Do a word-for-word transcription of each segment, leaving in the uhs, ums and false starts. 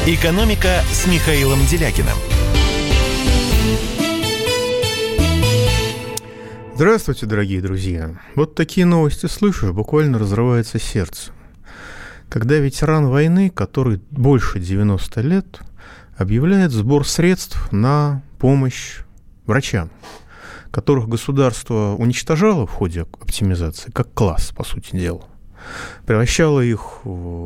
«Экономика» с Михаилом Делякиным. Здравствуйте, дорогие друзья. Вот такие новости слышишь, буквально разрывается сердце. Когда ветеран войны, который больше девяноста лет, объявляет сбор средств на помощь врачам, которых государство уничтожало в ходе оптимизации, как класс, по сути дела, превращало их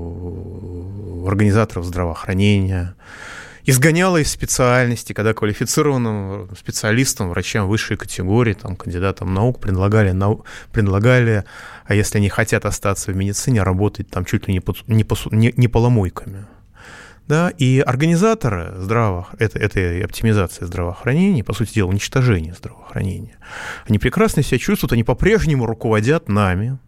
в организаторов здравоохранения, изгоняло из специальности, когда квалифицированным специалистам, врачам высшей категории, там, кандидатам наук предлагали, нау... предлагали, а если они хотят остаться в медицине, работать там чуть ли не, под... не, по... не... не поломойками. Да? И организаторы здраво... этой, этой оптимизации здравоохранения, по сути дела, уничтожения здравоохранения, они прекрасно себя чувствуют, они по-прежнему руководят нами,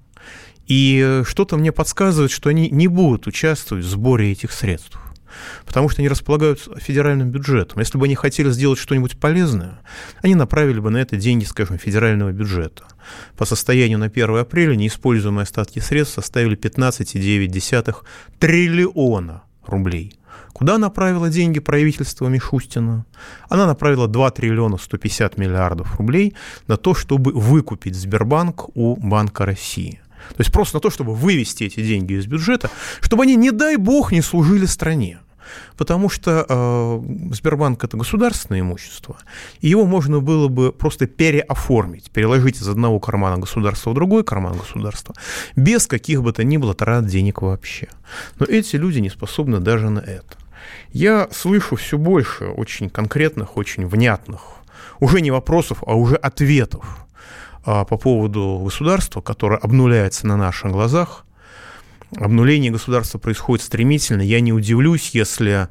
и что-то мне подсказывает, что они не будут участвовать в сборе этих средств. Потому что они располагают федеральным бюджетом. Если бы они хотели сделать что-нибудь полезное, они направили бы на это деньги, скажем, федерального бюджета. По состоянию на первое апреля неиспользуемые остатки средств составили пятнадцать целых девять десятых триллиона рублей. Куда направила деньги правительство Мишустина? Она направила два триллиона сто пятьдесят миллиардов рублей на то, чтобы выкупить Сбербанк у Банка России. То есть просто на то, чтобы вывести эти деньги из бюджета, чтобы они, не дай бог, не служили стране. Потому что э, Сбербанк – это государственное имущество, и его можно было бы просто переоформить, переложить из одного кармана государства в другой карман государства, без каких бы то ни было трат денег вообще. Но эти люди не способны даже на это. Я слышу все больше очень конкретных, очень внятных, уже не вопросов, а уже ответов по поводу государства, которое обнуляется на наших глазах. Обнуление государства происходит стремительно. Я не удивлюсь, если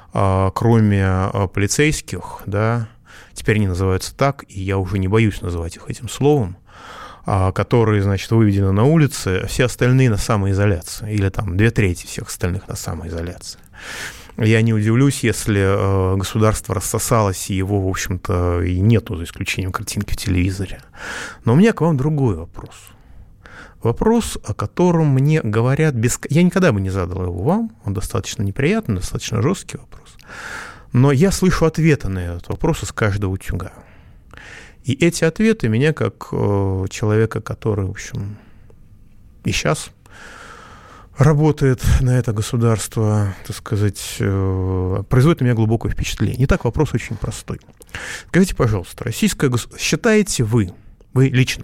кроме полицейских, да, теперь они называются так, и я уже не боюсь называть их этим словом, которые, значит, выведены на улицы, все остальные на самоизоляции, или там две трети всех остальных на самоизоляции. Я не удивлюсь, если государство рассосалось, и его, в общем-то, и нету, за исключением картинки в телевизоре. Но у меня к вам другой вопрос. Вопрос, о котором мне говорят без... Я никогда бы не задал его вам, он достаточно неприятный, достаточно жесткий вопрос. Но я слышу ответы на этот вопрос из каждого утюга. И эти ответы меня, как человека, который, в общем, и сейчас работает на это государство, так сказать, производит на меня глубокое впечатление. Итак, вопрос очень простой. Скажите, пожалуйста, российское государство, считаете вы, вы лично,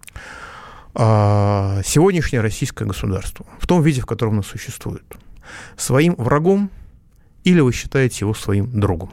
сегодняшнее российское государство, в том виде, в котором оно существует, своим врагом или вы считаете его своим другом?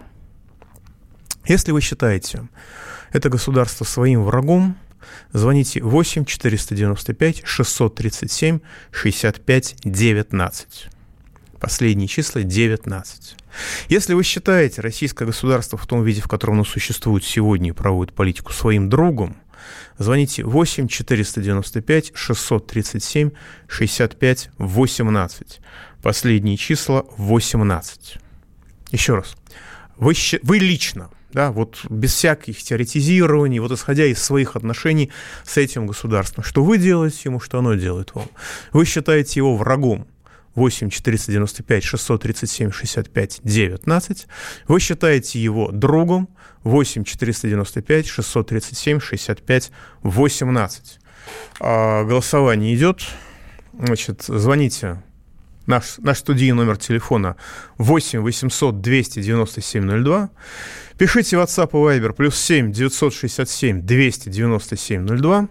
Если вы считаете это государство своим врагом, звоните восемь четыреста девяносто пять шестьсот тридцать семь шестьдесят пять девятнадцать. Последние числа девятнадцать. Если вы считаете российское государство в том виде, в котором оно существует сегодня и проводит политику, своим другом, звоните восемь четыреста девяносто пять шестьсот тридцать семь шестьдесят пять восемнадцать. Последние числа восемнадцать. Еще раз. Вы, вы лично, да, вот без всяких теоретизирований, вот исходя из своих отношений с этим государством, что вы делаете ему, что оно делает вам. Вы считаете его врагом. восемь четыреста девяносто пять шестьсот тридцать семь шестьдесят пять девятнадцать. Вы считаете его другом. восемь четыреста девяносто пять шестьсот тридцать семь шестьдесят пять восемнадцать. А, голосование идет. Значит, звоните. Наш, наш студийный номер телефона восемь восемьсот двести девяносто семь ноль два. Пишите в WhatsApp и Viber плюс семь девятьсот шестьдесят семь двести девяносто семь ноль два.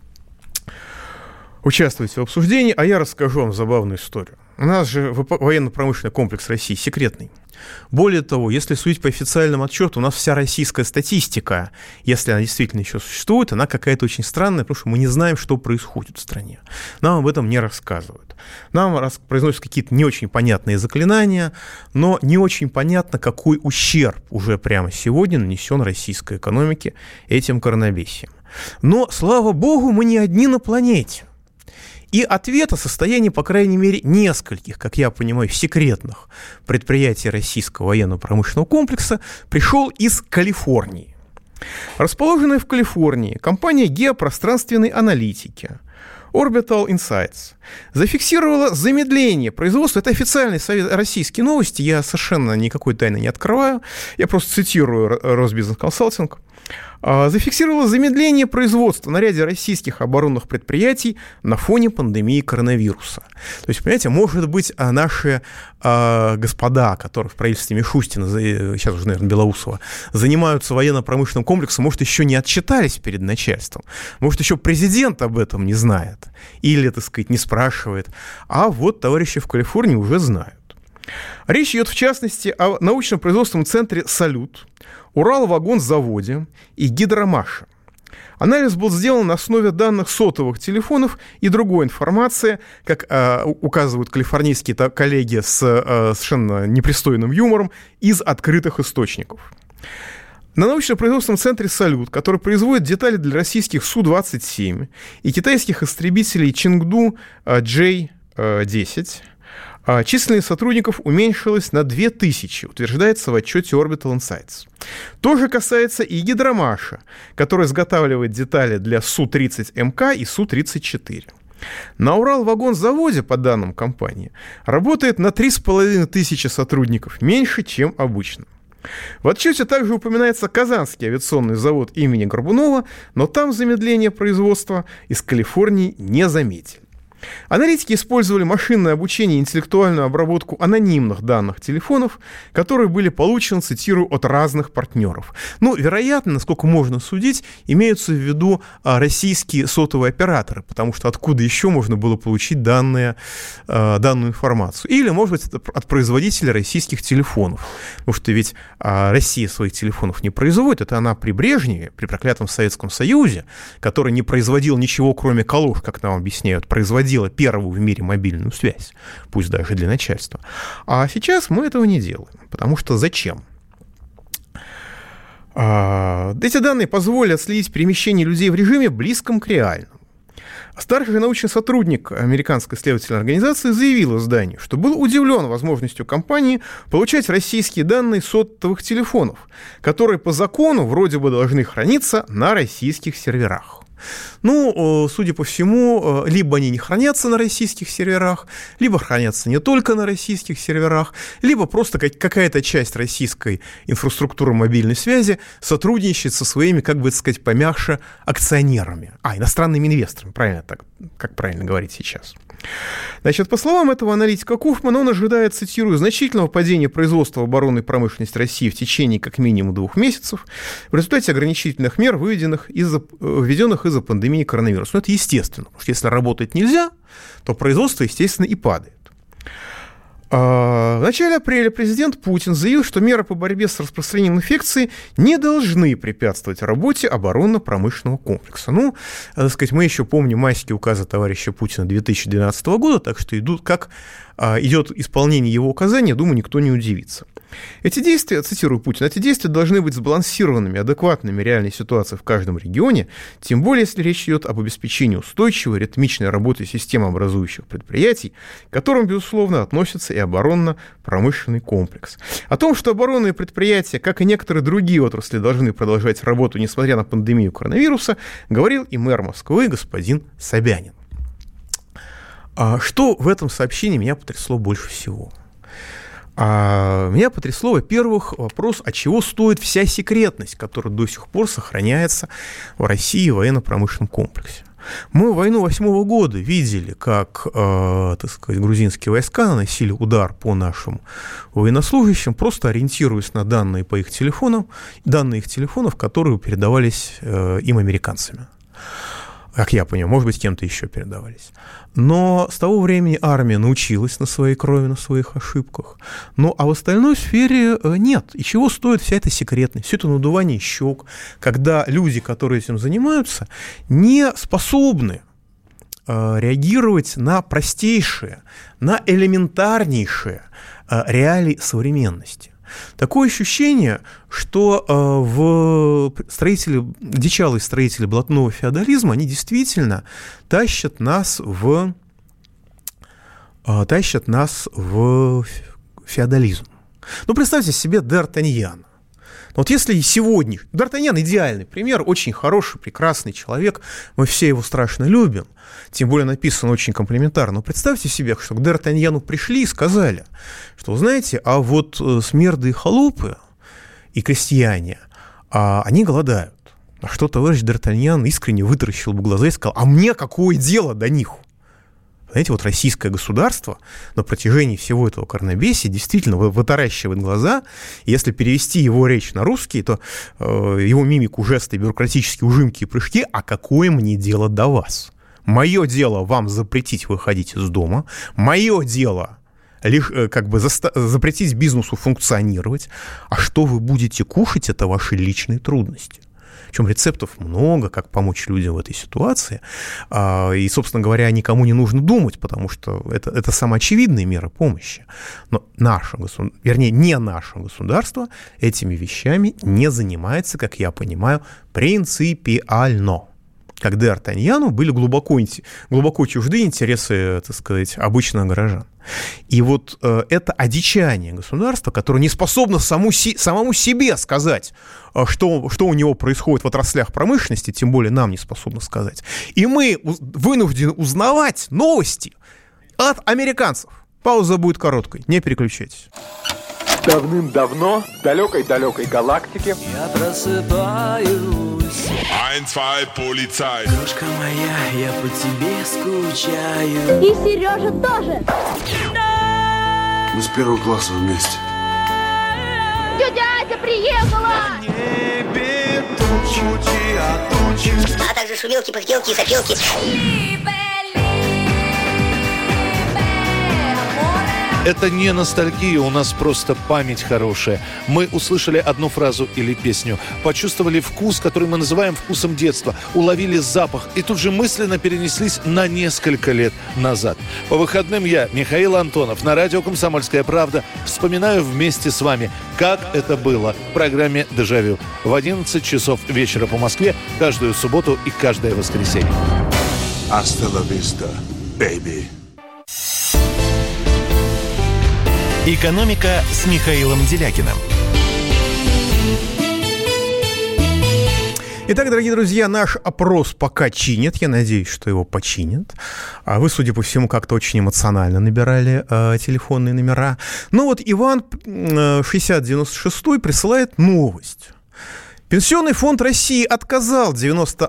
Участвуйте в обсуждении, а я расскажу вам забавную историю. У нас же военно-промышленный комплекс России секретный. Более того, если судить по официальному отчету, у нас вся российская статистика, если она действительно еще существует, она какая-то очень странная, потому что мы не знаем, что происходит в стране. Нам об этом не рассказывают. Нам рас... произносят какие-то не очень понятные заклинания, но не очень понятно, какой ущерб уже прямо сегодня нанесен российской экономике этим коронавирусом. Но, слава богу, мы не одни на планете. И ответ о состоянии, по крайней мере, нескольких, как я понимаю, секретных предприятий российского военно-промышленного комплекса пришел из Калифорнии. Расположенная в Калифорнии компания геопространственной аналитики Orbital Insights, зафиксировала замедление производства. Это официальные российские новости, я совершенно никакой тайны не открываю, я просто цитирую Росбизнес-консалтинг. Зафиксировала замедление производства на ряде российских оборонных предприятий на фоне пандемии коронавируса. То есть, понимаете, может быть, наши э, господа, которые в правительстве Мишустина, сейчас уже, наверное, Белоусова, занимаются военно-промышленным комплексом, может, еще не отчитались перед начальством, может, еще президент об этом не знает или, так сказать, не спрашивает, а вот товарищи в Калифорнии уже знают. Речь идет, в частности, о научно-производственном центре «Салют», Уралвагонзаводе и Гидромаше. Анализ был сделан на основе данных сотовых телефонов и другой информации, как э, указывают калифорнийские коллеги с э, совершенно непристойным юмором, из открытых источников. На научно-производственном центре «Салют», который производит детали для российских Су двадцать семь и китайских истребителей Чингду Джей десять, численность сотрудников уменьшилась на две тысячи, утверждается в отчете Orbital Insights. То же касается и Гидромаша, который изготавливает детали для Су тридцать Эм Ка и Су тридцать четыре. На Уралвагонзаводе, по данным компании, работает на три с половиной тысячи сотрудников, меньше, чем обычно. В отчете также упоминается Казанский авиационный завод имени Горбунова, но там замедление производства из Калифорнии не заметили. Аналитики использовали машинное обучение и интеллектуальную обработку анонимных данных телефонов, которые были получены, цитирую, от разных партнеров. Ну, вероятно, насколько можно судить, имеются в виду а, российские сотовые операторы, потому что откуда еще можно было получить данные, а, данную информацию. Или, может быть, это от производителя российских телефонов. Потому что ведь а, Россия своих телефонов не производит. Это она при Брежневе, при проклятом Советском Союзе, который не производил ничего, кроме калош, как нам объясняют, производил первую в мире мобильную связь, пусть даже для начальства. А сейчас мы этого не делаем, потому что зачем? А, эти данные позволят следить перемещение людей в режиме, близком к реальному. Старший научный сотрудник американской исследовательской организации заявил изданию, что был удивлен возможностью компании получать российские данные сотовых телефонов, которые по закону вроде бы должны храниться на российских серверах. Ну, судя по всему, либо они не хранятся на российских серверах, либо хранятся не только на российских серверах, либо просто какая-то часть российской инфраструктуры мобильной связи сотрудничает со своими, как бы сказать, помягче, акционерами. А, иностранными инвесторами, правильно так, как правильно говорить сейчас. Значит, по словам этого аналитика Куфмана, он ожидает, цитирую, значительного падения производства оборонной промышленности России в течение как минимум двух месяцев в результате ограничительных мер, выведенных из-за, введенных из-за пандемии коронавируса. Но это естественно, потому что если работать нельзя, то производство, естественно, и падает. В начале апреля президент Путин заявил, что меры по борьбе с распространением инфекции не должны препятствовать работе оборонно-промышленного комплекса. Ну, так сказать, мы еще помним майские указы товарища Путина две тысячи двенадцатого года, так что идут, как идет исполнение его указаний, думаю, никто не удивится. Эти действия, цитирую Путина, эти действия должны быть сбалансированными, адекватными реальной ситуации в каждом регионе, тем более, если речь идет об обеспечении устойчивой, ритмичной работы системообразующих предприятий, к которым, безусловно, относится и оборонно-промышленный комплекс. О том, что оборонные предприятия, как и некоторые другие отрасли, должны продолжать работу, несмотря на пандемию коронавируса, говорил и мэр Москвы господин Собянин. А что в этом сообщении меня потрясло больше всего? А меня потрясло, во-первых, вопрос, от чего стоит вся секретность, которая до сих пор сохраняется в России в военно-промышленном комплексе. Мы в войну восьмого года видели, как, э, так сказать, грузинские войска наносили удар по нашим военнослужащим, просто ориентируясь на данные по их телефонам, данные их телефонов, которые передавались э, им американцами. Как я понимаю, может быть, кем-то еще передавались. Но с того времени армия научилась на своей крови, на своих ошибках. Ну, а в остальной сфере нет. И чего стоит вся эта секретность, все это надувание щек, когда люди, которые этим занимаются, не способны э, реагировать на простейшие, на элементарнейшие э, реалии современности. Такое ощущение, что э, в строители, дичалые строители блатного феодализма, они действительно тащат нас в, э, тащат нас в феодализм. Ну, представьте себе Д'Артаньяна. Но вот если сегодня... Д'Артаньян идеальный пример, очень хороший, прекрасный человек, мы все его страшно любим, тем более написано очень комплиментарно. Но представьте себе, что к Д'Артаньяну пришли и сказали, что, вы знаете, а вот смерды и холопы, и крестьяне, а они голодают. А что товарищ Д'Артаньян искренне вытаращил бы глаза и сказал, а мне какое дело до них? Знаете, вот российское государство на протяжении всего этого коронабесия действительно вытаращивает глаза. И если перевести его речь на русский, то э, его мимику, жесты, бюрократические ужимки и прыжки, а какое мне дело до вас? Мое дело вам запретить выходить из дома, мое дело лишь как бы заста- запретить бизнесу функционировать, а что вы будете кушать, это ваши личные трудности. Причем рецептов много, как помочь людям в этой ситуации. И, собственно говоря, никому не нужно думать, потому что это, это самоочевидные меры помощи. Но наше государство, вернее, не наше государство этими вещами не занимается, как я понимаю, принципиально. Как Д'Артаньяну были глубоко, глубоко чужды интересы, так сказать, обычных горожан. И вот э, это одичание государства, которое не способно саму си, самому себе сказать, э, что, что у него происходит в отраслях промышленности, тем более нам не способно сказать. И мы уз, вынуждены узнавать новости от американцев. Пауза будет короткой, не переключайтесь. Давным-давно в далекой-далекой галактике я просыпаюсь. Ein, zwei, полицай. Дружка моя, я по тебе скучаю. И Сережа тоже. Мы с первого класса вместе. Тетя Ася приехала. Небе тучи, а тучи. А также шумелки, пыхтелки и сопелки. Это не ностальгия, у нас просто память хорошая. Мы услышали одну фразу или песню, почувствовали вкус, который мы называем вкусом детства, уловили запах и тут же мысленно перенеслись на несколько лет назад. По выходным я, Михаил Антонов, на радио «Комсомольская правда» вспоминаю вместе с вами, как это было в программе «Дежавю» в одиннадцать часов вечера по Москве каждую субботу и каждое воскресенье. Hasta la vista, baby. «Экономика» с Михаилом Делякиным. Итак, дорогие друзья, наш опрос пока чинят. Я надеюсь, что его починят. А вы, судя по всему, как-то очень эмоционально набирали э, телефонные номера. Ну вот Иван э, шестьдесят девяносто шесть присылает новость. Пенсионный фонд России отказал девяносто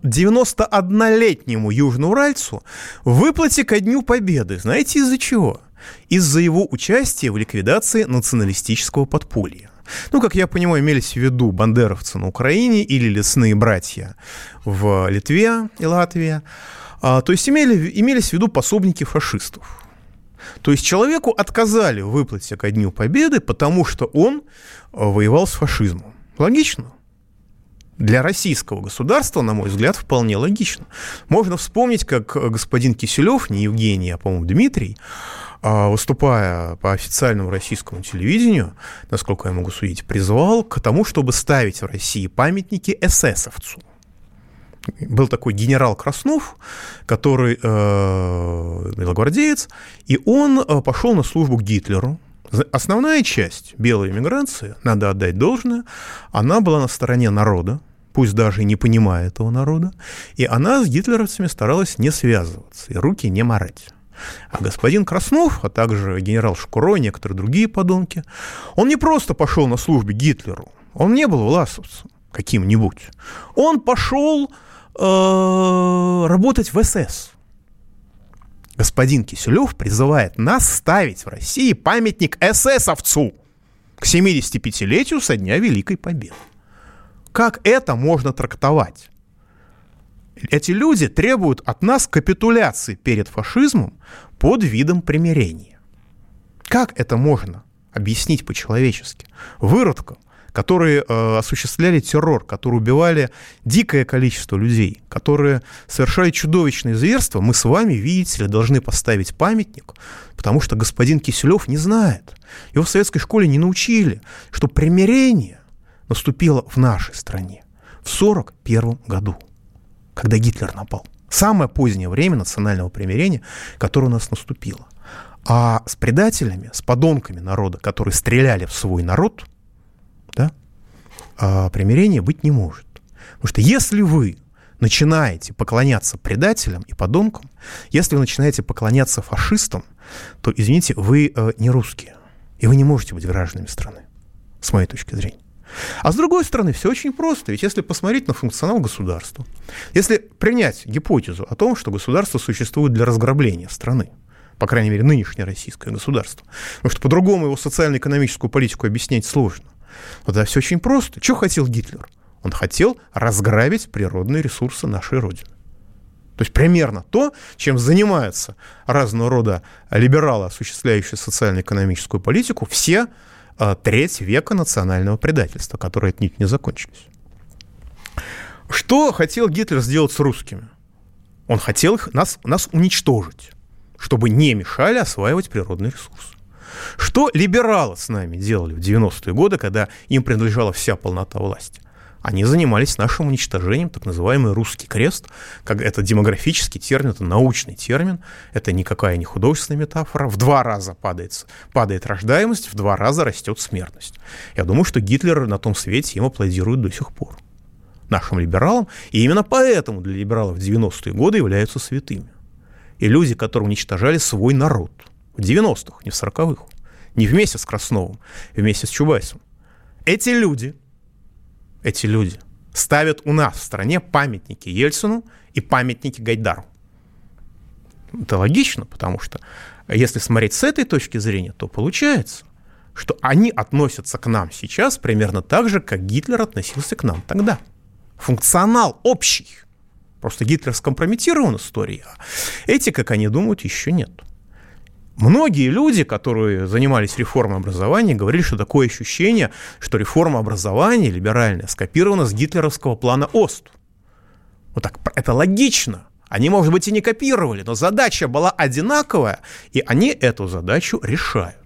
однолетнему южноуральцу в выплате ко Дню Победы. Знаете, из-за чего? Из-за его участия в ликвидации националистического подполья. Ну, как я понимаю, имелись в виду бандеровцы на Украине или лесные братья в Литве и Латвии. А, то есть имели, имелись в виду пособники фашистов. То есть человеку отказали в выплате ко Дню Победы, потому что он воевал с фашизмом. Логично? Для российского государства, на мой взгляд, вполне логично. Можно вспомнить, как господин Киселев, не Евгений, а, по-моему, Дмитрий, выступая по официальному российскому телевидению, насколько я могу судить, призвал к тому, чтобы ставить в России памятники эсэсовцу. Был такой генерал Краснов, который э, белогвардеец, и он пошел на службу к Гитлеру. Основная часть белой эмиграции, надо отдать должное, она была на стороне народа, пусть даже и не понимая этого народа, и она с гитлеровцами старалась не связываться и руки не марать. А господин Краснов, а также генерал Шкуро и некоторые другие подонки, он не просто пошел на службу Гитлеру, он не был власовцем каким-нибудь, он пошел э, работать в СС. Господин Киселев призывает нас ставить в России памятник эсэсовцу к семидесятипятилетию со дня Великой Победы. Как это можно трактовать? Эти люди требуют от нас капитуляции перед фашизмом под видом примирения. Как это можно объяснить по-человечески? Выродкам, которые э, осуществляли террор, которые убивали дикое количество людей, которые совершали чудовищные зверства, мы с вами, видите ли, должны поставить памятник, потому что господин Киселев не знает. Его в советской школе не научили, что примирение наступило в нашей стране в сорок первом году, когда Гитлер напал. Самое позднее время национального примирения, которое у нас наступило. А с предателями, с подонками народа, которые стреляли в свой народ, да, а примирения быть не может. Потому что если вы начинаете поклоняться предателям и подонкам, если вы начинаете поклоняться фашистам, то, извините, вы э, не русские, и вы не можете быть гражданами страны, с моей точки зрения. А с другой стороны, все очень просто. Ведь если посмотреть на функционал государства, если принять гипотезу о том, что государство существует для разграбления страны, по крайней мере, нынешнее российское государство, потому что по-другому его социально-экономическую политику объяснять сложно, то тогда все очень просто. Что хотел Гитлер? Он хотел разграбить природные ресурсы нашей Родины. То есть примерно то, чем занимаются разного рода либералы, осуществляющие социально-экономическую политику, все а, треть века национального предательства, которые отнюдь не закончились. Что хотел Гитлер сделать с русскими? Он хотел их, нас, нас уничтожить, чтобы не мешали осваивать природный ресурс. Что либералы с нами делали в девяностые годы, когда им принадлежала вся полнота власти? Они занимались нашим уничтожением, так называемый русский крест, как это демографический термин, это научный термин, это никакая не художественная метафора. В два раза падает, падает рождаемость, в два раза растет смертность. Я думаю, что Гитлер на том свете им аплодирует до сих пор, нашим либералам, и именно поэтому для либералов девяностые годы являются святыми. И люди, которые уничтожали свой народ в девяностых, не в сороковых, не вместе с Красновым, вместе с Чубайсом. Эти люди... Эти люди ставят у нас в стране памятники Ельцину и памятники Гайдару. Это логично, потому что если смотреть с этой точки зрения, то получается, что они относятся к нам сейчас примерно так же, как Гитлер относился к нам тогда. Функционал общий. Просто Гитлер скомпрометирован историей, а эти, как они думают, еще нет. Многие люди, которые занимались реформой образования, говорили, что такое ощущение, что реформа образования либеральная скопирована с гитлеровского плана Ост. Вот так, это логично. Они, может быть, и не копировали, но задача была одинаковая, и они эту задачу решают.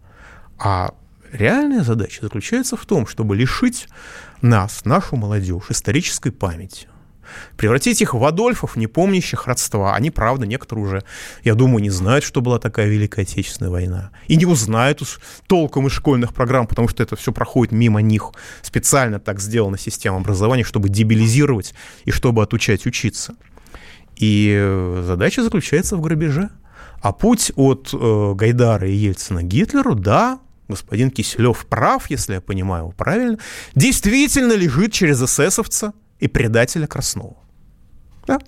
А реальная задача заключается в том, чтобы лишить нас, нашу молодежь, исторической памяти, превратить их в Адольфов, не помнящих родства. Они, правда, некоторые уже, я думаю, не знают, что была такая Великая Отечественная война. И не узнают уж толком из школьных программ, потому что это все проходит мимо них. Специально так сделана система образования, чтобы дебилизировать и чтобы отучать учиться. И задача заключается в грабеже. А путь от э, Гайдара и Ельцина к Гитлеру, да, господин Киселев прав, если я понимаю его правильно, действительно лежит через эсэсовца и предателя Краснова. Да?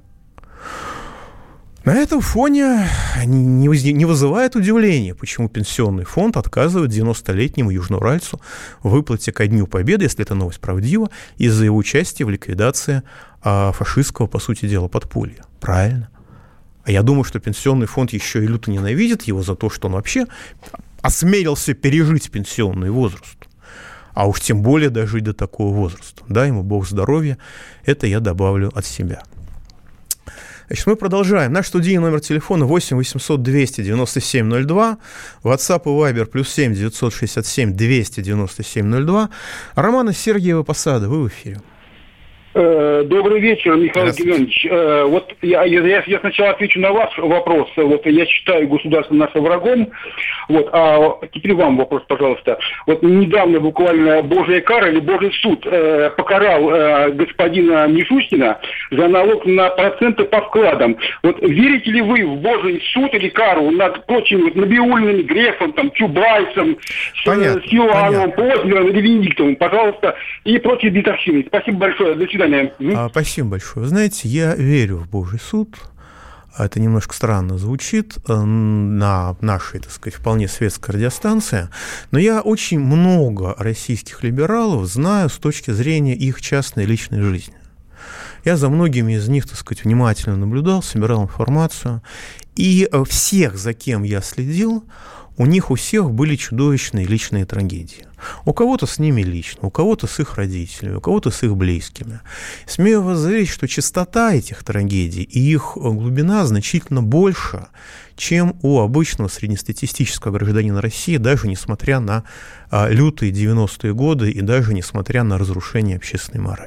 На этом фоне не вызывает удивления, почему Пенсионный фонд отказывает девяностолетнему южноуральцу в выплате ко Дню Победы, если эта новость правдива, из-за его участия в ликвидации а, фашистского, по сути дела, подполья. Правильно. А я думаю, что Пенсионный фонд еще и люто ненавидит его за то, что он вообще осмелился пережить пенсионный возраст. А уж тем более дожить до такого возраста. Дай ему Бог здоровья. Это я добавлю от себя. Значит, мы продолжаем. Наш студийный номер телефона восемь восемьсот двести девяносто семь ноль два. WhatsApp и Viber плюс семь девятьсот шестьдесят семь двести девяносто семь ноль два. Романа Сергеева Посада, вы в эфире. Добрый вечер, Михаил Георгиевич. Вот я, я, я сначала отвечу на ваш вопрос. Вот я считаю государство нашим врагом. Вот, а теперь вам вопрос, пожалуйста. Вот недавно буквально Божья кара или Божий суд э, покарал э, господина Мишустина за налог на проценты по вкладам. Вот верите ли вы в Божий суд или кару над прочими вот, Набиуллиным, Грефом, там, Чубайсом, Силуановым, Познером или Венедиктовым, пожалуйста, и прочие битовщины. Спасибо большое. До свидания. Спасибо большое. Вы знаете, я верю в Божий суд. Это немножко странно звучит на нашей, так сказать, вполне светской радиостанции, но я очень много российских либералов знаю с точки зрения их частной личной жизни. Я за многими из них, так сказать, внимательно наблюдал, собирал информацию, и всех, за кем я следил, у них у всех были чудовищные личные трагедии. У кого-то с ними лично, у кого-то с их родителями, у кого-то с их близкими. Смею вас заверить, что частота этих трагедий и их глубина значительно больше, чем у обычного среднестатистического гражданина России, даже несмотря на а, лютые девяностые годы и даже несмотря на разрушение общественной морали.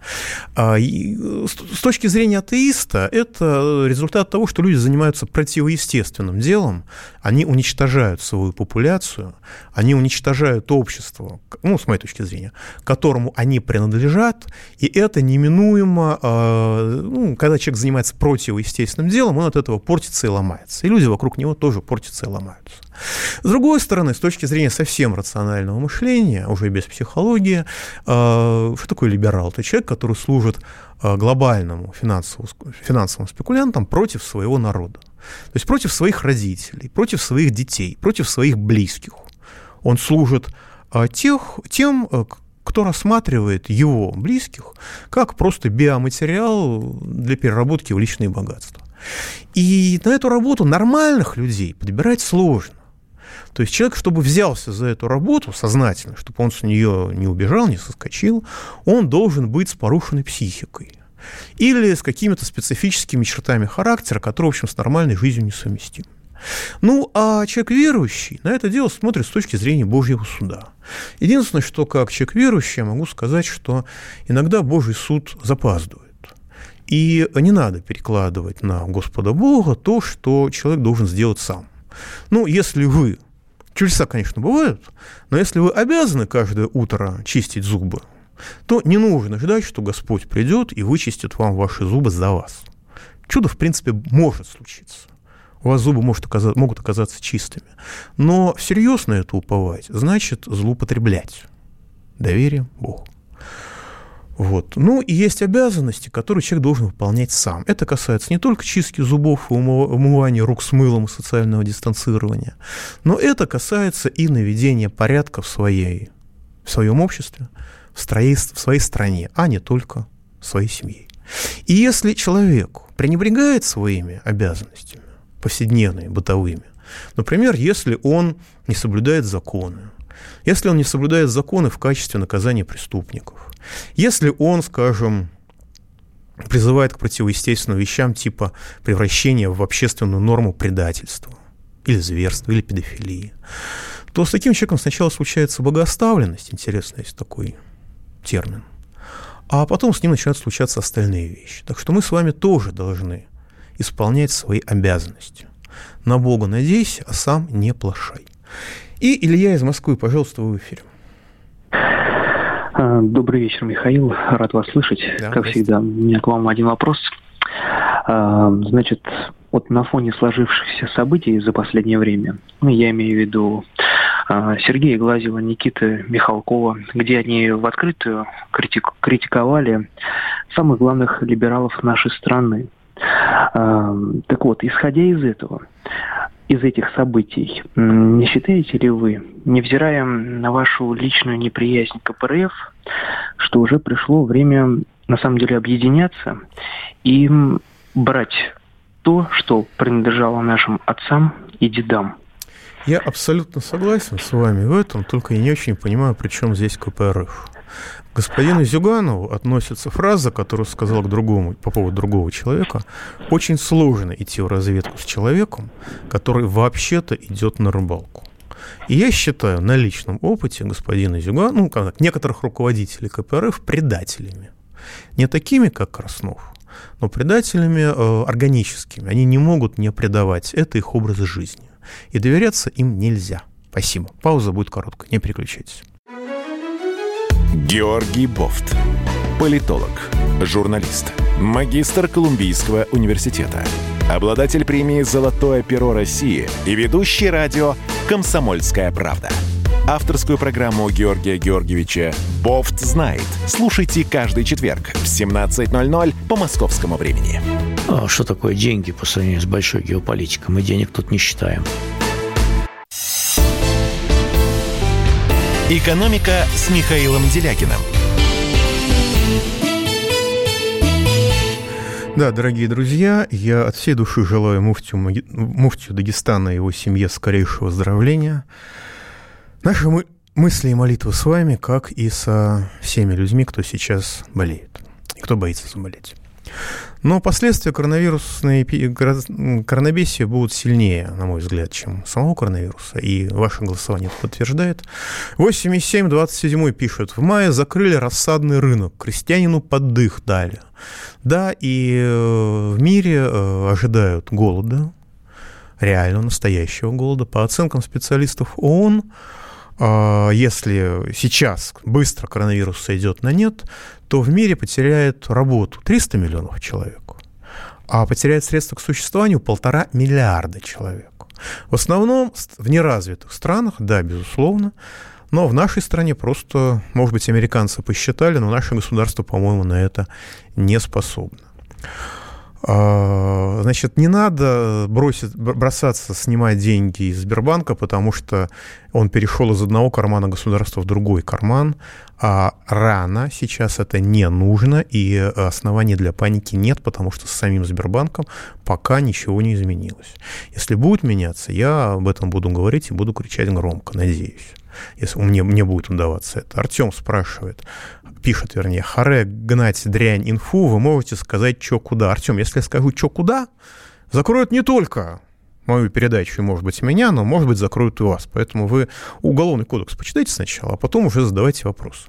С точки зрения атеиста, это результат того, что люди занимаются противоестественным делом, они уничтожают свою популяцию, они уничтожают общество, ну, с моей точки зрения, которому они принадлежат, и это неминуемо, ну, когда человек занимается противоестественным делом, он от этого портится и ломается, и люди вокруг него тоже портятся и ломаются. С другой стороны, с точки зрения совсем рационального мышления, уже без психологии, что такое либерал? Это человек, который служит глобальному финансовому, финансовым спекулянтам против своего народа. То есть против своих родителей, против своих детей, против своих близких. Он служит тех, тем, кто рассматривает его близких как просто биоматериал для переработки в личные богатства. И на эту работу нормальных людей подбирать сложно. То есть человек, чтобы взялся за эту работу сознательно, чтобы он с нее не убежал, не соскочил, он должен быть с порушенной психикой или с какими-то специфическими чертами характера, которые, в общем, с нормальной жизнью несовместимы. Ну, а человек верующий на это дело смотрит с точки зрения Божьего суда. Единственное, что как человек верующий я могу сказать, что иногда Божий суд запаздывает. И не надо перекладывать на Господа Бога то, что человек должен сделать сам. Ну, если вы... Чудеса, конечно, бывают, но если вы обязаны каждое утро чистить зубы, то не нужно ждать, что Господь придет и вычистит вам ваши зубы за вас. Чудо, в принципе, может случиться. У вас зубы может оказаться, могут оказаться чистыми. Но всерьез на это уповать значит злоупотреблять доверием Богу. Вот. Ну, и есть обязанности, которые человек должен выполнять сам. Это касается не только чистки зубов, умывания рук с мылом и социального дистанцирования, но это касается и наведения порядка в, своей, в своем обществе, в, строи, в своей стране, а не только в своей семье. И если человек пренебрегает своими обязанностями, повседневными, бытовыми, например, если он не соблюдает законы, если он не соблюдает законы в качестве наказания преступников, если он, скажем, призывает к противоестественным вещам типа превращения в общественную норму предательства или зверства, или педофилии, то с таким человеком сначала случается богооставленность, интересно, есть такой термин, а потом с ним начинают случаться остальные вещи. Так что мы с вами тоже должны исполнять свои обязанности. На Бога надейся, а сам не плашай. И Илья из Москвы, пожалуйста, вы в эфире. Добрый вечер, Михаил. Рад вас слышать. Да, как всегда, у меня к вам один вопрос. Значит, вот на фоне сложившихся событий за последнее время, ну, я имею в виду Сергея Глазева, Никиты Михалкова, где они в открытую критик- критиковали самых главных либералов нашей страны. Так вот, исходя из этого, из этих событий, не считаете ли вы, невзирая на вашу личную неприязнь к ка пэ эр эф, что уже пришло время, на самом деле, объединяться и брать то, что принадлежало нашим отцам и дедам? Я абсолютно согласен с вами в этом, только я не очень понимаю, при чем здесь ка пэ эр эф. К господину Зюганову относится фраза, которую сказал к другому, по поводу другого человека. Очень сложно идти в разведку с человеком, который вообще-то идет на рыбалку. И я считаю на личном опыте господина Зюганова, ну, как некоторых руководителей ка пэ эр эф предателями. Не такими, как Краснов, но предателями э, органическими. Они не могут не предавать. Это их образ жизни. И доверяться им нельзя. Спасибо. Пауза будет короткая. Не переключайтесь. Георгий Бофт. Политолог, журналист, магистр Колумбийского университета, обладатель премии «Золотое перо России» и ведущий радио «Комсомольская правда». Авторскую программу Георгия Георгиевича «Бофт знает». Слушайте каждый четверг в семнадцать ноль ноль по московскому времени. А что такое деньги по сравнению с большой геополитикой? Мы денег тут не считаем. «Экономика» с Михаилом Делякиным. Да, дорогие друзья, я от всей души желаю муфтию, муфтию Дагестана и его семье скорейшего выздоровления. Наши мы, мысли и молитвы с вами, как и со всеми людьми, кто сейчас болеет и кто боится заболеть. Но последствия коронавирусной коронабесия будут сильнее, на мой взгляд, чем самого коронавируса, и ваше голосование это подтверждает. восемь семь двадцать семь пишут: в мае закрыли рассадный рынок, крестьянину поддых дали. Да, и в мире ожидают голода, реально настоящего голода. По оценкам специалистов ООН, если сейчас быстро коронавирус сойдет на нет, то в мире потеряет работу триста миллионов человек, а потеряет средства к существованию полтора миллиарда человек. В основном в неразвитых странах, да, безусловно, но в нашей стране просто, может быть, американцы посчитали, но наше государство, по-моему, на это не способно. Значит, не надо бросить, бросаться снимать деньги из Сбербанка, потому что он перешел из одного кармана государства в другой карман, а рано, сейчас это не нужно, и оснований для паники нет, потому что с самим Сбербанком пока ничего не изменилось. Если будет меняться, я об этом буду говорить и буду кричать громко, надеюсь, если мне, мне будет удаваться это. Артем спрашивает, пишет, вернее: харе, гнать дрянь инфу, вы можете сказать, что куда. Артем, если я скажу, что куда, закроют не только мою передачу и, может быть, меня, но, может быть, закроют и вас. Поэтому вы Уголовный кодекс почитайте сначала, а потом уже задавайте вопросы.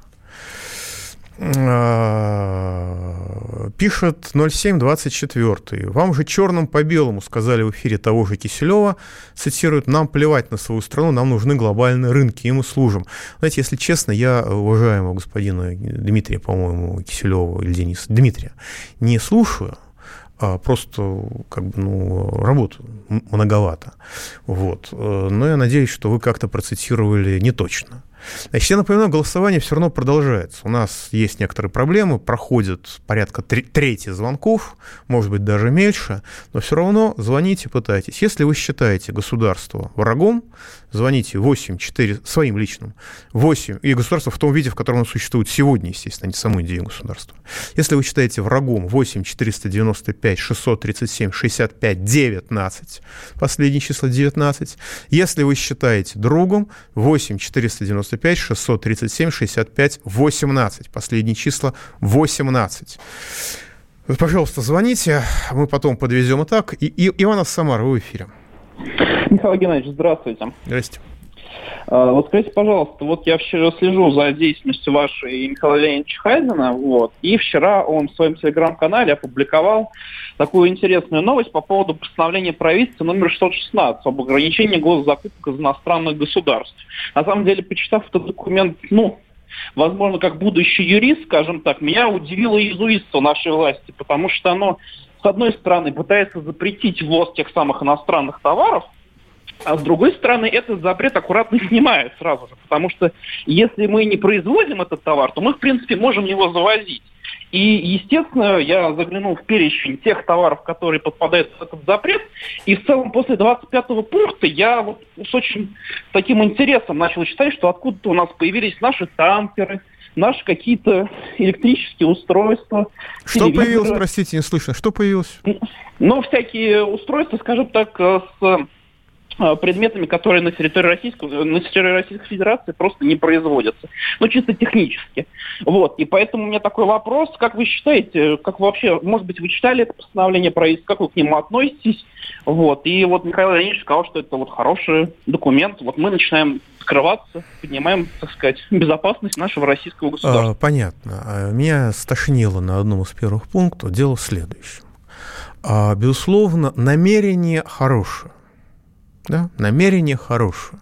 Пишет ноль семь двадцать четыре. Вам же черным по белому сказали в эфире того же Киселева, цитируют: нам плевать на свою страну, нам нужны глобальные рынки, и мы служим. Знаете, если честно, я уважаемого господина Дмитрия, по-моему, Киселева или Дениса, Дмитрия, не слушаю, а просто как бы, ну, работу многовато. Вот. Но я надеюсь, что вы как-то процитировали не точно. Значит, я напоминаю, голосование все равно продолжается. У нас есть некоторые проблемы, проходит порядка трети звонков, может быть, даже меньше, но все равно звоните, пытайтесь. Если вы считаете государство врагом, звоните восемь четыре своим личным, восемь, и государство в том виде, в котором оно существует сегодня, естественно, не саму идею государства. Если вы считаете врагом, восемь четыреста девяносто пять шестьсот тридцать семь шестьдесят пять девятнадцать, последнее число девятнадцать. Если вы считаете другом, восемь четыреста девяносто пять шестьсот тридцать семь шестьдесят пять восемнадцать, последние числа восемнадцать. Пожалуйста, звоните, мы потом подвезем и так. И, и, Иван из Самары, вы в эфире. Михаил Геннадьевич, здравствуйте. Здрасте. А, вот скажите, пожалуйста, вот я вчера слежу за деятельностью вашей и Михаила Леонидовича Хайзена, вот, и вчера он в своем телеграм-канале опубликовал такую интересную новость по поводу постановления правительства номер шестьсот шестнадцать об ограничении госзакупок из иностранных государств. На самом деле, почитав этот документ, ну, возможно, как будущий юрист, скажем так, меня удивило иезуитство нашей власти, потому что оно, с одной стороны, пытается запретить ввоз тех самых иностранных товаров, а с другой стороны, этот запрет аккуратно снимает сразу же, потому что если мы не производим этот товар, то мы, в принципе, можем его завозить. И, естественно, я заглянул в перечень тех товаров, которые подпадают в этот запрет, и в целом после двадцать пятого пункта я вот с очень таким интересом начал читать, что откуда-то у нас появились наши тамперы, наши какие-то электрические устройства. Что телевизоры. Появилось, простите, не слышно, что появилось? Ну, всякие устройства, скажем так, с предметами, которые на территории Российской, на территории Российской Федерации просто не производятся. Ну, чисто технически. Вот. И поэтому у меня такой вопрос. Как вы считаете, как вообще, может быть, вы читали это постановление правительства, как вы к нему относитесь? Вот. И вот Михаил Леонидович сказал, что это вот хороший документ. Вот мы начинаем скрываться, поднимаем, так сказать, безопасность нашего российского государства. А, понятно. Меня стошнило на одном из первых пунктов. Дело в следующем. А, безусловно, намерение хорошее. Да, намерение хорошее.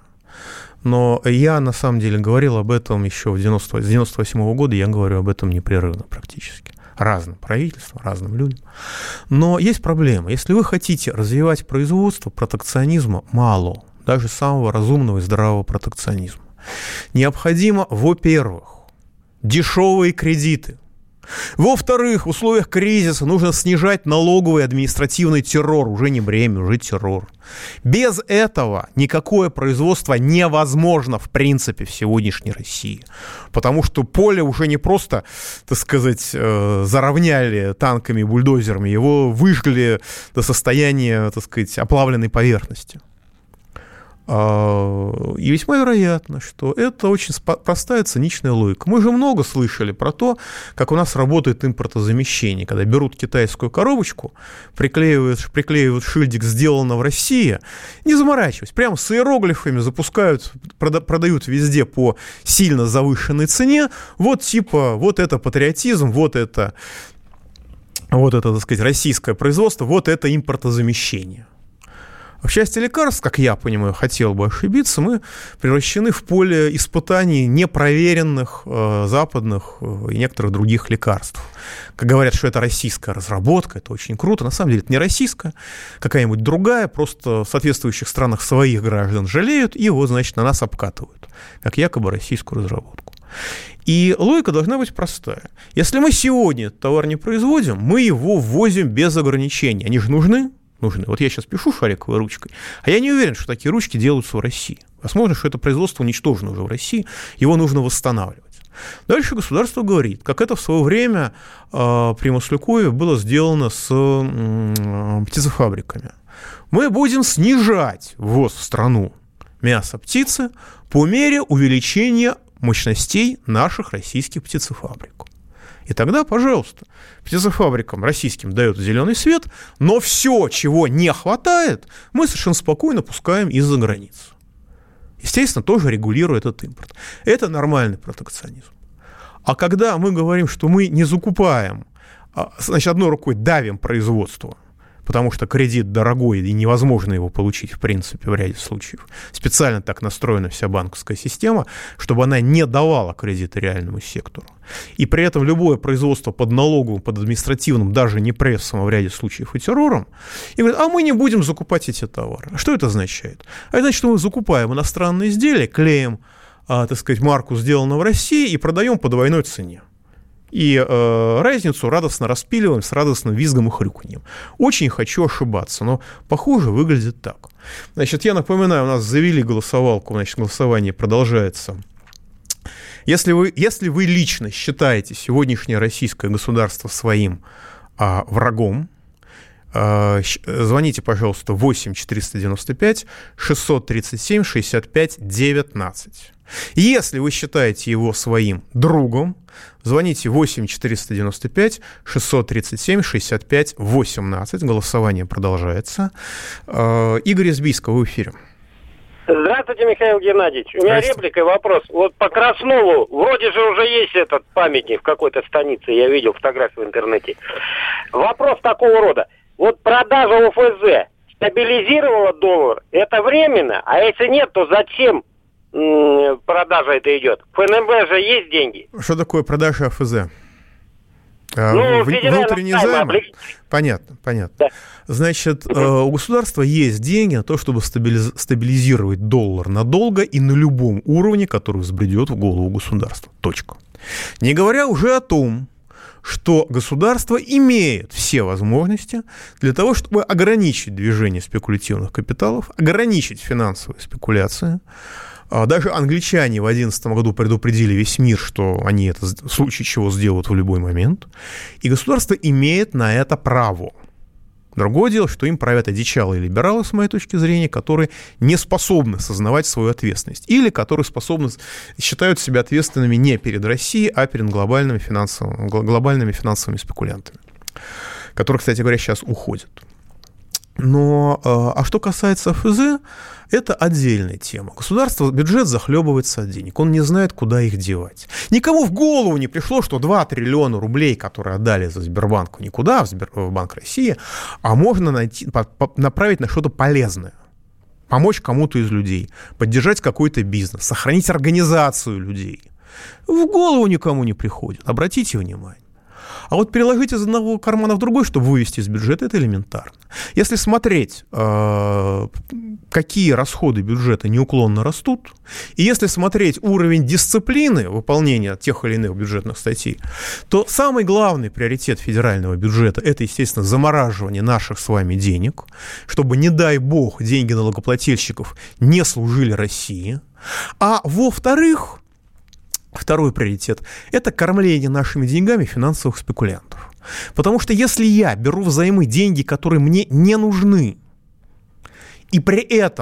Но я, на самом деле, говорил об этом еще в девяносто, с девяносто восьмого года, я говорю об этом непрерывно практически. Разным правительствам, разным людям. Но есть проблема. Если вы хотите развивать производство, протекционизма мало, даже самого разумного и здравого протекционизма. Необходимо, во-первых, дешевые кредиты. Во-вторых, в условиях кризиса нужно снижать налоговый и административный террор, уже не бремя, уже террор. Без этого никакое производство невозможно, в принципе, в сегодняшней России. Потому что поле уже не просто, так сказать, заровняли танками и бульдозерами, его выжгли до состояния, так сказать, оплавленной поверхности. И весьма вероятно, что это очень простая циничная логика. Мы же много слышали про то, как у нас работает импортозамещение, когда берут китайскую коробочку, приклеивают, приклеивают шильдик «Сделано в России», не заморачиваясь, прямо с иероглифами запускают, продают везде по сильно завышенной цене. Вот типа, вот это патриотизм, вот это, вот это, так сказать, российское производство, вот это импортозамещение. В части лекарств, как я понимаю, хотел бы ошибиться, мы превращены в поле испытаний непроверенных э, западных э, и некоторых других лекарств. Как говорят, что это российская разработка, это очень круто. На самом деле это не российская, какая-нибудь другая, просто в соответствующих странах своих граждан жалеют и вот, значит, на нас обкатывают, как якобы российскую разработку. И логика должна быть простая. Если мы сегодня этот товар не производим, мы его ввозим без ограничений. Они же нужны? Нужны. Вот я сейчас пишу шариковой ручкой, а я не уверен, что такие ручки делаются в России. Возможно, что это производство уничтожено уже в России, его нужно восстанавливать. Дальше государство говорит, как это в свое время э, при Маслякове было сделано с э, птицефабриками. Мы будем снижать ввоз в страну мяса птицы по мере увеличения мощностей наших российских птицефабрик. И тогда, пожалуйста, птицефабрикам российским дают зеленый свет, но все, чего не хватает, мы совершенно спокойно пускаем из-за границы. Естественно, тоже регулируя этот импорт. Это нормальный протекционизм. А когда мы говорим, что мы не закупаем, значит, одной рукой давим производство, потому что кредит дорогой и невозможно его получить, в принципе, в ряде случаев. Специально так настроена вся банковская система, чтобы она не давала кредиты реальному сектору. И при этом любое производство под налоговым, под административным, даже не прессом, а в ряде случаев и террором, и говорят, а мы не будем закупать эти товары. Что это означает? А это значит, что мы закупаем иностранные изделия, клеим, а, так сказать, марку «Сделано в России» и продаем по двойной цене. И э, разницу радостно распиливаем с радостным визгом и хрюканьем. Очень хочу ошибаться, но, похоже, выглядит так. Значит, я напоминаю, у нас завели голосовалку, значит, голосование продолжается. Если вы, если вы лично считаете сегодняшнее российское государство своим а, врагом, а, звоните, пожалуйста, восемь четыреста девяносто пять шестьсот тридцать семь шестьдесят пять девятнадцать. Если вы считаете его своим другом, звоните восемь четыреста девяносто пять шестьсот тридцать семь шестьдесят пять восемнадцать. Голосование продолжается. Игорь из Бийска, вы в эфире. Здравствуйте, Михаил Геннадьевич. У меня реплика и вопрос. Вот по Краснову, вроде же уже есть этот памятник в какой-то станице, я видел фотографию в интернете. Вопрос такого рода. Вот продажа ОФЗ стабилизировала доллар, это временно, а если нет, то зачем продажа это идет? В ФНБ же есть деньги. Что такое продажа ОФЗ? Ну, внутренний займ? Понятно, понятно. Да. Значит, у государства есть деньги на то, чтобы стабилизировать доллар надолго и на любом уровне, который взбредет в голову государства. Точка. Не говоря уже о том, что государство имеет все возможности для того, чтобы ограничить движение спекулятивных капиталов, ограничить финансовые спекуляции. Даже англичане в две тысячи одиннадцатом году предупредили весь мир, что они это в случае чего сделают в любой момент. И государство имеет на это право. Другое дело, что им правят одичалые либералы, с моей точки зрения, которые не способны сознавать свою ответственность. Или которые способны, считают себя ответственными не перед Россией, а перед глобальными финансовыми, глобальными финансовыми спекулянтами, которые, кстати говоря, сейчас уходят. Но, а что касается ОФЗ, это отдельная тема. Государство, бюджет захлебывается от денег, он не знает, куда их девать. Никому в голову не пришло, что два триллиона рублей, которые отдали за Сбербанку, никуда, в, Сбер, в Банк России, а можно найти, по, по, направить на что-то полезное. Помочь кому-то из людей, поддержать какой-то бизнес, сохранить организацию людей. В голову никому не приходит, обратите внимание. А вот переложить из одного кармана в другой, чтобы вывести из бюджета, это элементарно. Если смотреть, какие расходы бюджета неуклонно растут, и если смотреть уровень дисциплины выполнения тех или иных бюджетных статей, то самый главный приоритет федерального бюджета – это, естественно, замораживание наших с вами денег, чтобы, не дай бог, деньги налогоплательщиков не служили России. А во-вторых, второй приоритет – это кормление нашими деньгами финансовых спекулянтов. Потому что если я беру взаймы деньги, которые мне не нужны, и при этом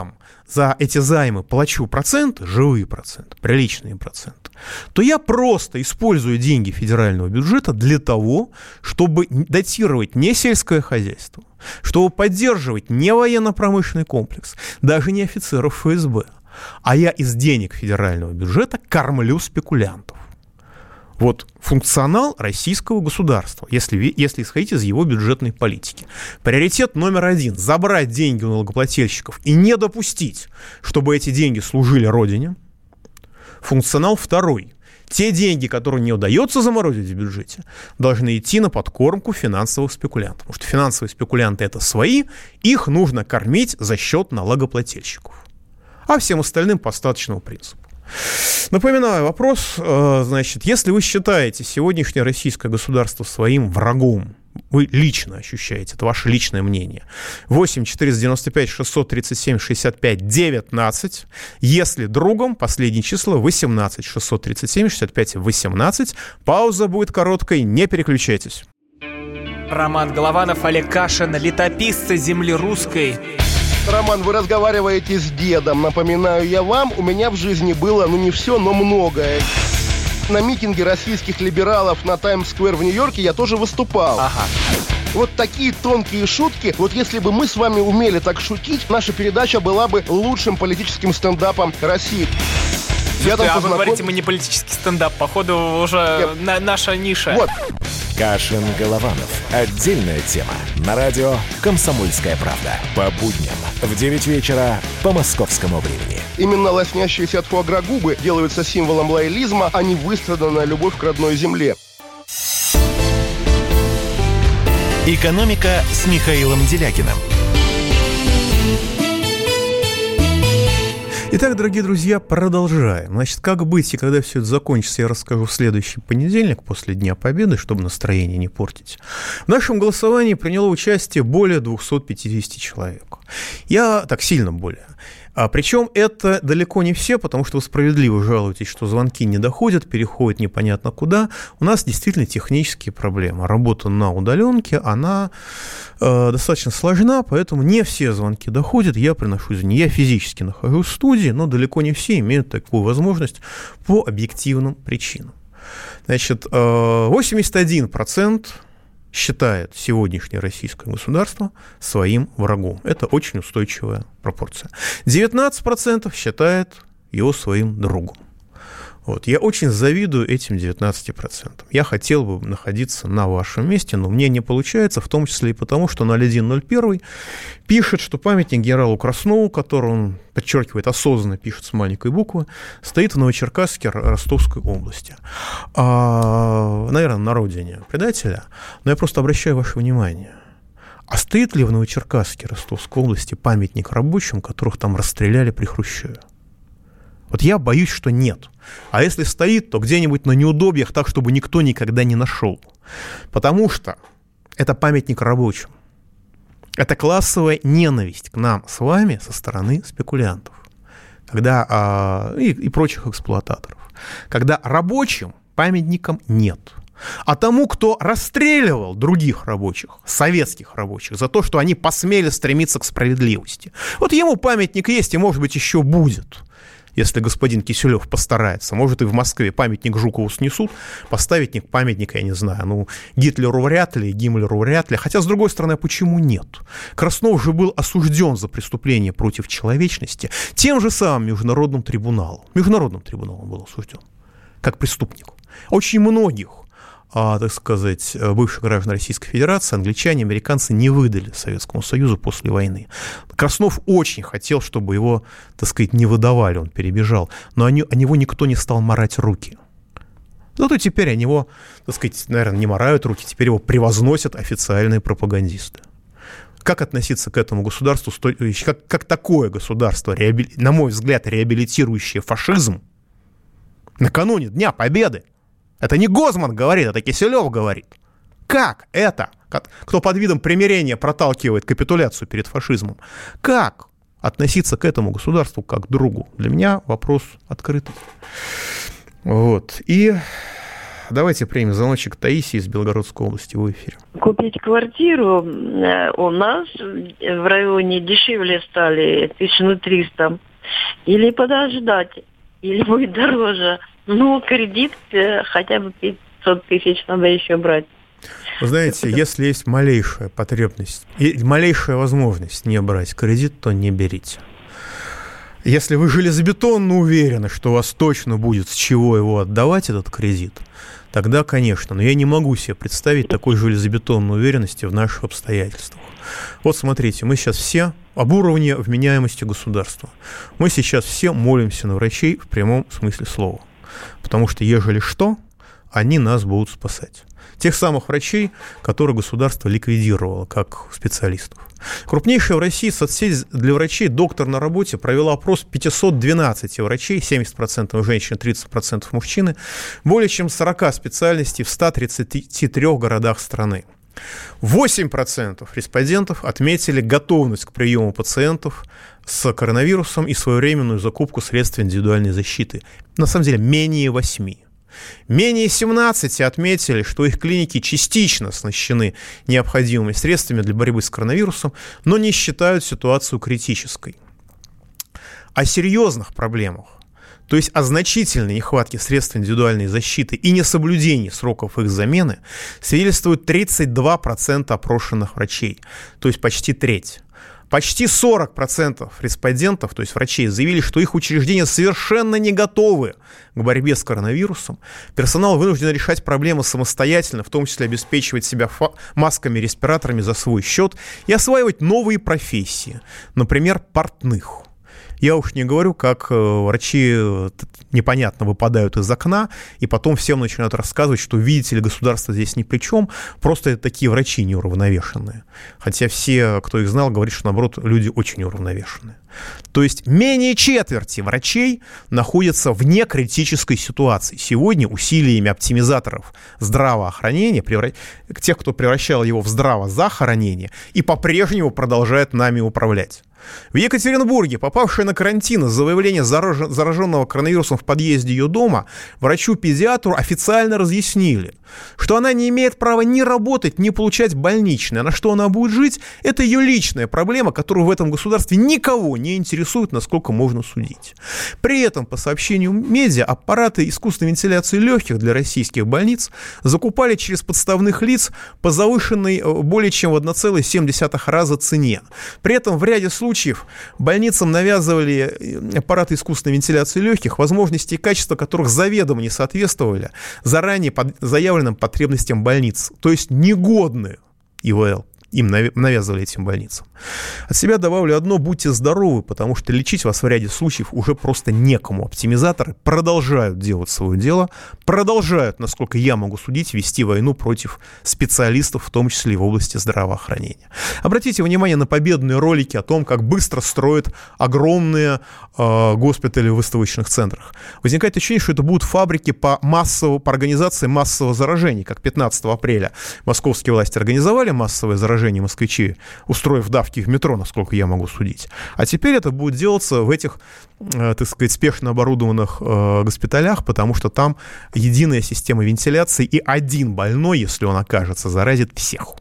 за эти займы плачу проценты, живые проценты, приличные проценты, то я просто использую деньги федерального бюджета для того, чтобы датировать не сельское хозяйство, чтобы поддерживать не военно-промышленный комплекс, даже не офицеров эф эс бэ, а я из денег федерального бюджета кормлю спекулянтов. Вот функционал российского государства, если, если исходить из его бюджетной политики. Приоритет номер один – забрать деньги у налогоплательщиков и не допустить, чтобы эти деньги служили Родине. Функционал второй – те деньги, которые не удается заморозить в бюджете, должны идти на подкормку финансовых спекулянтов. Потому что финансовые спекулянты – это свои, их нужно кормить за счет налогоплательщиков. А всем остальным по остаточному принципу. Напоминаю вопрос, значит, если вы считаете сегодняшнее российское государство своим врагом, вы лично ощущаете, это ваше личное мнение, восемь четыреста девяносто пять шестьсот тридцать семь шестьдесят пять девятнадцать, если другом, последние числа восемнадцать шестьсот тридцать семь шестьдесят пять восемнадцать, пауза будет короткой, не переключайтесь. Роман Голованов, Олег Кашин, летописцы земли русской. Роман, вы разговариваете с дедом. Напоминаю я вам, у меня в жизни было, ну не все, но многое. На митинге российских либералов на Таймс-сквер в Нью-Йорке я тоже выступал. Ага. Вот такие тонкие шутки, вот если бы мы с вами умели так шутить, наша передача была бы лучшим политическим стендапом России. Я там а познаком... вы говорите, мы не политический стендап, походу уже я... на, наша ниша. Вот. Кашин-Голованов. Отдельная тема. На радио «Комсомольская правда». По будням в девять вечера по московскому времени. Именно лоснящиеся от фуагра губы делаются символом лоялизма, а не выстраданная любовь к родной земле. «Экономика» с Михаилом Делякиным. Итак, дорогие друзья, продолжаем. Значит, как быть, и когда все это закончится, я расскажу в следующий понедельник, после Дня Победы, чтобы настроение не портить. В нашем голосовании приняло участие более двести пятьдесят человек. Я так сильно более. А, причем это далеко не все, потому что вы справедливо жалуетесь, что звонки не доходят, переходят непонятно куда. У нас действительно технические проблемы. Работа на удаленке, она э, достаточно сложна, поэтому не все звонки доходят. Я приношу извинения. Я физически нахожусь в студии, но далеко не все имеют такую возможность по объективным причинам. Значит, э, восемьдесят один процент считает сегодняшнее российское государство своим врагом. Это очень устойчивая пропорция. девятнадцать процентов считает его своим другом. Вот. Я очень завидую этим девятнадцати процентам. Я хотел бы находиться на вашем месте, но мне не получается, в том числе и потому, что ноль один ноль один пишет, что памятник генералу Краснову, который он, подчеркивает, осознанно пишет с маленькой буквы, стоит в Новочеркасске Ростовской области. А, наверное, на родине предателя. Но я просто обращаю ваше внимание. А стоит ли в Новочеркасске Ростовской области памятник рабочим, которых там расстреляли при Хрущеве? Вот я боюсь, что нет. А если стоит, то где-нибудь на неудобьях так, чтобы никто никогда не нашел. Потому что это памятник рабочим. Это классовая ненависть к нам с вами со стороны спекулянтов, когда, а, и, и прочих эксплуататоров. Когда рабочим памятником нет. А тому, кто расстреливал других рабочих, советских рабочих, за то, что они посмели стремиться к справедливости, вот ему памятник есть и, может быть, еще будет. Если господин Киселев постарается. Может, и в Москве памятник Жукову снесут, поставить памятник, я не знаю, ну, Гитлеру вряд ли, Гиммлеру вряд ли. Хотя, с другой стороны, почему нет? Краснов же был осужден за преступление против человечности тем же самым Международным трибуналом. Международным трибуналом был осужден, как преступник. Очень многих, а, так сказать, бывших граждан Российской Федерации, англичане, американцы не выдали Советскому Союзу после войны. Краснов очень хотел, чтобы его, так сказать, не выдавали, он перебежал, но о него никто не стал марать руки. Зато теперь о него, так сказать, наверное, не марают руки, теперь его превозносят официальные пропагандисты. Как относиться к этому государству, как, как такое государство, на мой взгляд, реабилитирующее фашизм, накануне Дня Победы? Это не Гозман говорит, это Киселев говорит. Как это? Кто под видом примирения проталкивает капитуляцию перед фашизмом? Как относиться к этому государству как к другу? Для меня вопрос открытый. Вот. И Давайте примем звоночек Таисии из Белгородской области в эфире. Купить квартиру у нас в районе дешевле стали тысяч на триста. Или подождать, или будет дороже. Ну, кредит хотя бы пятьсот тысяч надо еще брать. Вы знаете, если есть малейшая потребность и малейшая возможность не брать кредит, то не берите. Если вы железобетонно уверены, что у вас точно будет с чего его отдавать, этот кредит, тогда, конечно, но я не могу себе представить такой железобетонной уверенности в наших обстоятельствах. Вот смотрите, мы сейчас все об уровне вменяемости государства. Мы сейчас все молимся на врачей в прямом смысле слова. Потому что, ежели что, они нас будут спасать. Тех самых врачей, которые государство ликвидировало как специалистов. Крупнейшая в России соцсеть для врачей «Доктор на работе» провела опрос пятьсот двенадцать врачей, семьдесят процентов женщин, тридцать процентов мужчины, более чем сорок специальностей в ста тридцати трёх городах страны. восемь процентов респондентов отметили готовность к приему пациентов с коронавирусом и своевременную закупку средств индивидуальной защиты. На самом деле менее восьми. Менее семнадцати отметили, что их клиники частично оснащены необходимыми средствами для борьбы с коронавирусом, но не считают ситуацию критической. О серьезных проблемах, то есть о значительной нехватке средств индивидуальной защиты и несоблюдении сроков их замены, свидетельствуют тридцать два процента опрошенных врачей, то есть почти треть. Почти сорок процентов респондентов, то есть врачей, заявили, что их учреждения совершенно не готовы к борьбе с коронавирусом. Персонал вынужден решать проблемы самостоятельно, в том числе обеспечивать себя масками, респираторами за свой счет и осваивать новые профессии, например, портных. Я уж не говорю, как врачи непонятно выпадают из окна, и потом всем начинают рассказывать, что, видите ли, государство здесь ни при чем, просто это такие врачи неуравновешенные. Хотя все, кто их знал, говорят, что, наоборот, люди очень уравновешенные. То есть менее четверти врачей находятся в некритической ситуации. Сегодня усилиями оптимизаторов здравоохранения, превра... тех, кто превращал его в здравозахоронение, и по-прежнему продолжает нами управлять. В Екатеринбурге, попавшая на карантин из-за выявления зараженного коронавирусом в подъезде ее дома, врачу-педиатру официально разъяснили, что она не имеет права ни работать, ни получать больничное. А на что она будет жить, это ее личная проблема, которую в этом государстве никого не интересует, насколько можно судить. При этом, по сообщению медиа, аппараты искусственной вентиляции легких для российских больниц закупали через подставных лиц по завышенной более чем в один целых семь десятых раза цене. При этом в ряде случаев больницам навязывали аппараты искусственной вентиляции легких, возможности и качества которых заведомо не соответствовали заранее под заявленным потребностям больниц, то есть негодные ИВЛ. Им навязывали этим больницам. От себя добавлю одно: будьте здоровы, потому что лечить вас в ряде случаев уже просто некому. Оптимизаторы продолжают делать свое дело, продолжают, насколько я могу судить, вести войну против специалистов, в том числе и в области здравоохранения. Обратите внимание на победные ролики о том, как быстро строят огромные э, госпитали в выставочных центрах. Возникает ощущение, что это будут фабрики по, массово, по организации массового заражения, как пятнадцатого апреля московские власти организовали массовое заражение москвичи, устроив давки в метро, насколько я могу судить. А теперь это будет делаться в этих, э, так сказать, спешно оборудованных э, госпиталях, потому что там единая система вентиляции, и один больной, если он окажется, заразит всех.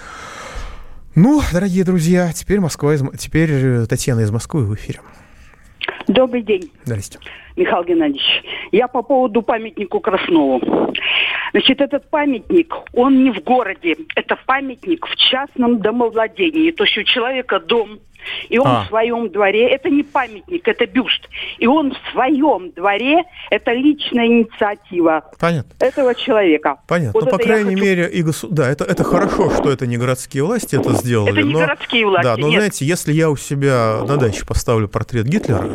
Ну, дорогие друзья, теперь Москва, из... теперь Татьяна из Москвы в эфире. Добрый день. Здрасте. Михаил Геннадьевич, я по поводу памятнику Краснову. Значит, этот памятник, он не в городе, это памятник в частном домовладении. То есть у человека дом, и он а. в своем дворе, это не памятник, это бюст. И он в своем дворе, это личная инициатива Понятно. этого человека. Понятно. Вот ну, по крайней хочу... мере, и госу... да, это, это хорошо, что это не городские власти это сделали. Это не но... городские власти, Да, но нет. знаете, если я у себя на даче поставлю портрет Гитлера,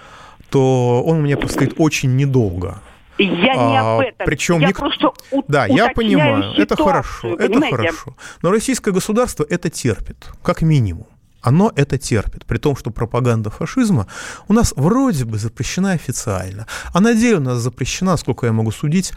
то он у меня постоит очень недолго. Я не а, об этом. Причем я ник... просто у... Да, я понимаю, ситуацию, это хорошо, понимаете? это хорошо. Но российское государство это терпит, как минимум. Оно это терпит, при том, что пропаганда фашизма у нас вроде бы запрещена официально, а на деле у нас запрещена, сколько я могу судить,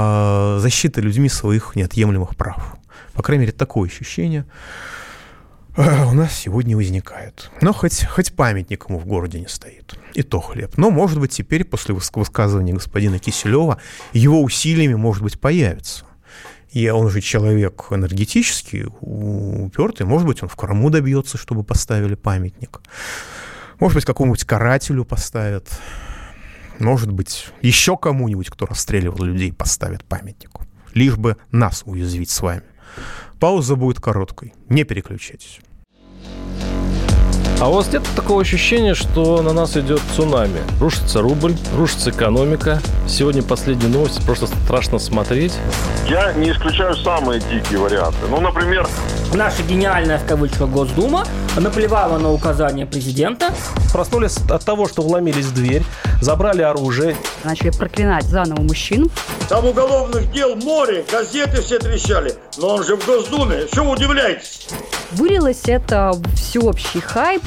защита людьми своих неотъемлемых прав. По крайней мере, такое ощущение. у нас сегодня возникают. Но хоть, хоть памятник ему в городе не стоит. И то хлеб. Но, может быть, теперь, после высказывания господина Киселева, его усилиями, может быть, появится. И он же человек энергетический, упертый. Может быть, он в Крыму добьется, чтобы поставили памятник. Может быть, какому-нибудь карателю поставят. Может быть, еще кому-нибудь, кто расстреливал людей, поставит памятник. Лишь бы нас уязвить с вами. Пауза будет короткой. Не переключайтесь. А у вас нет такого ощущения, что на нас идет цунами? Рушится рубль, рушится экономика. Сегодня последние новости, просто страшно смотреть. Я не исключаю самые дикие варианты. Ну, например... Наша гениальная, в кавычках, Госдума наплевала на указания президента. Проснулись от того, что вломились в дверь, забрали оружие. Начали проклинать заново мужчин. Там уголовных дел море, газеты все трещали. Но он же в Госдуме, что вы удивляетесь? Вылилось это в всеобщий хайп.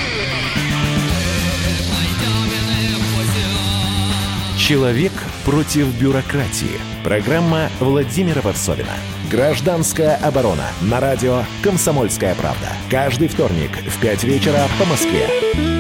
Человек против бюрократии. Программа Владимира Варсовина. Гражданская оборона. На радио «Комсомольская правда». Каждый вторник в пять вечера по Москве.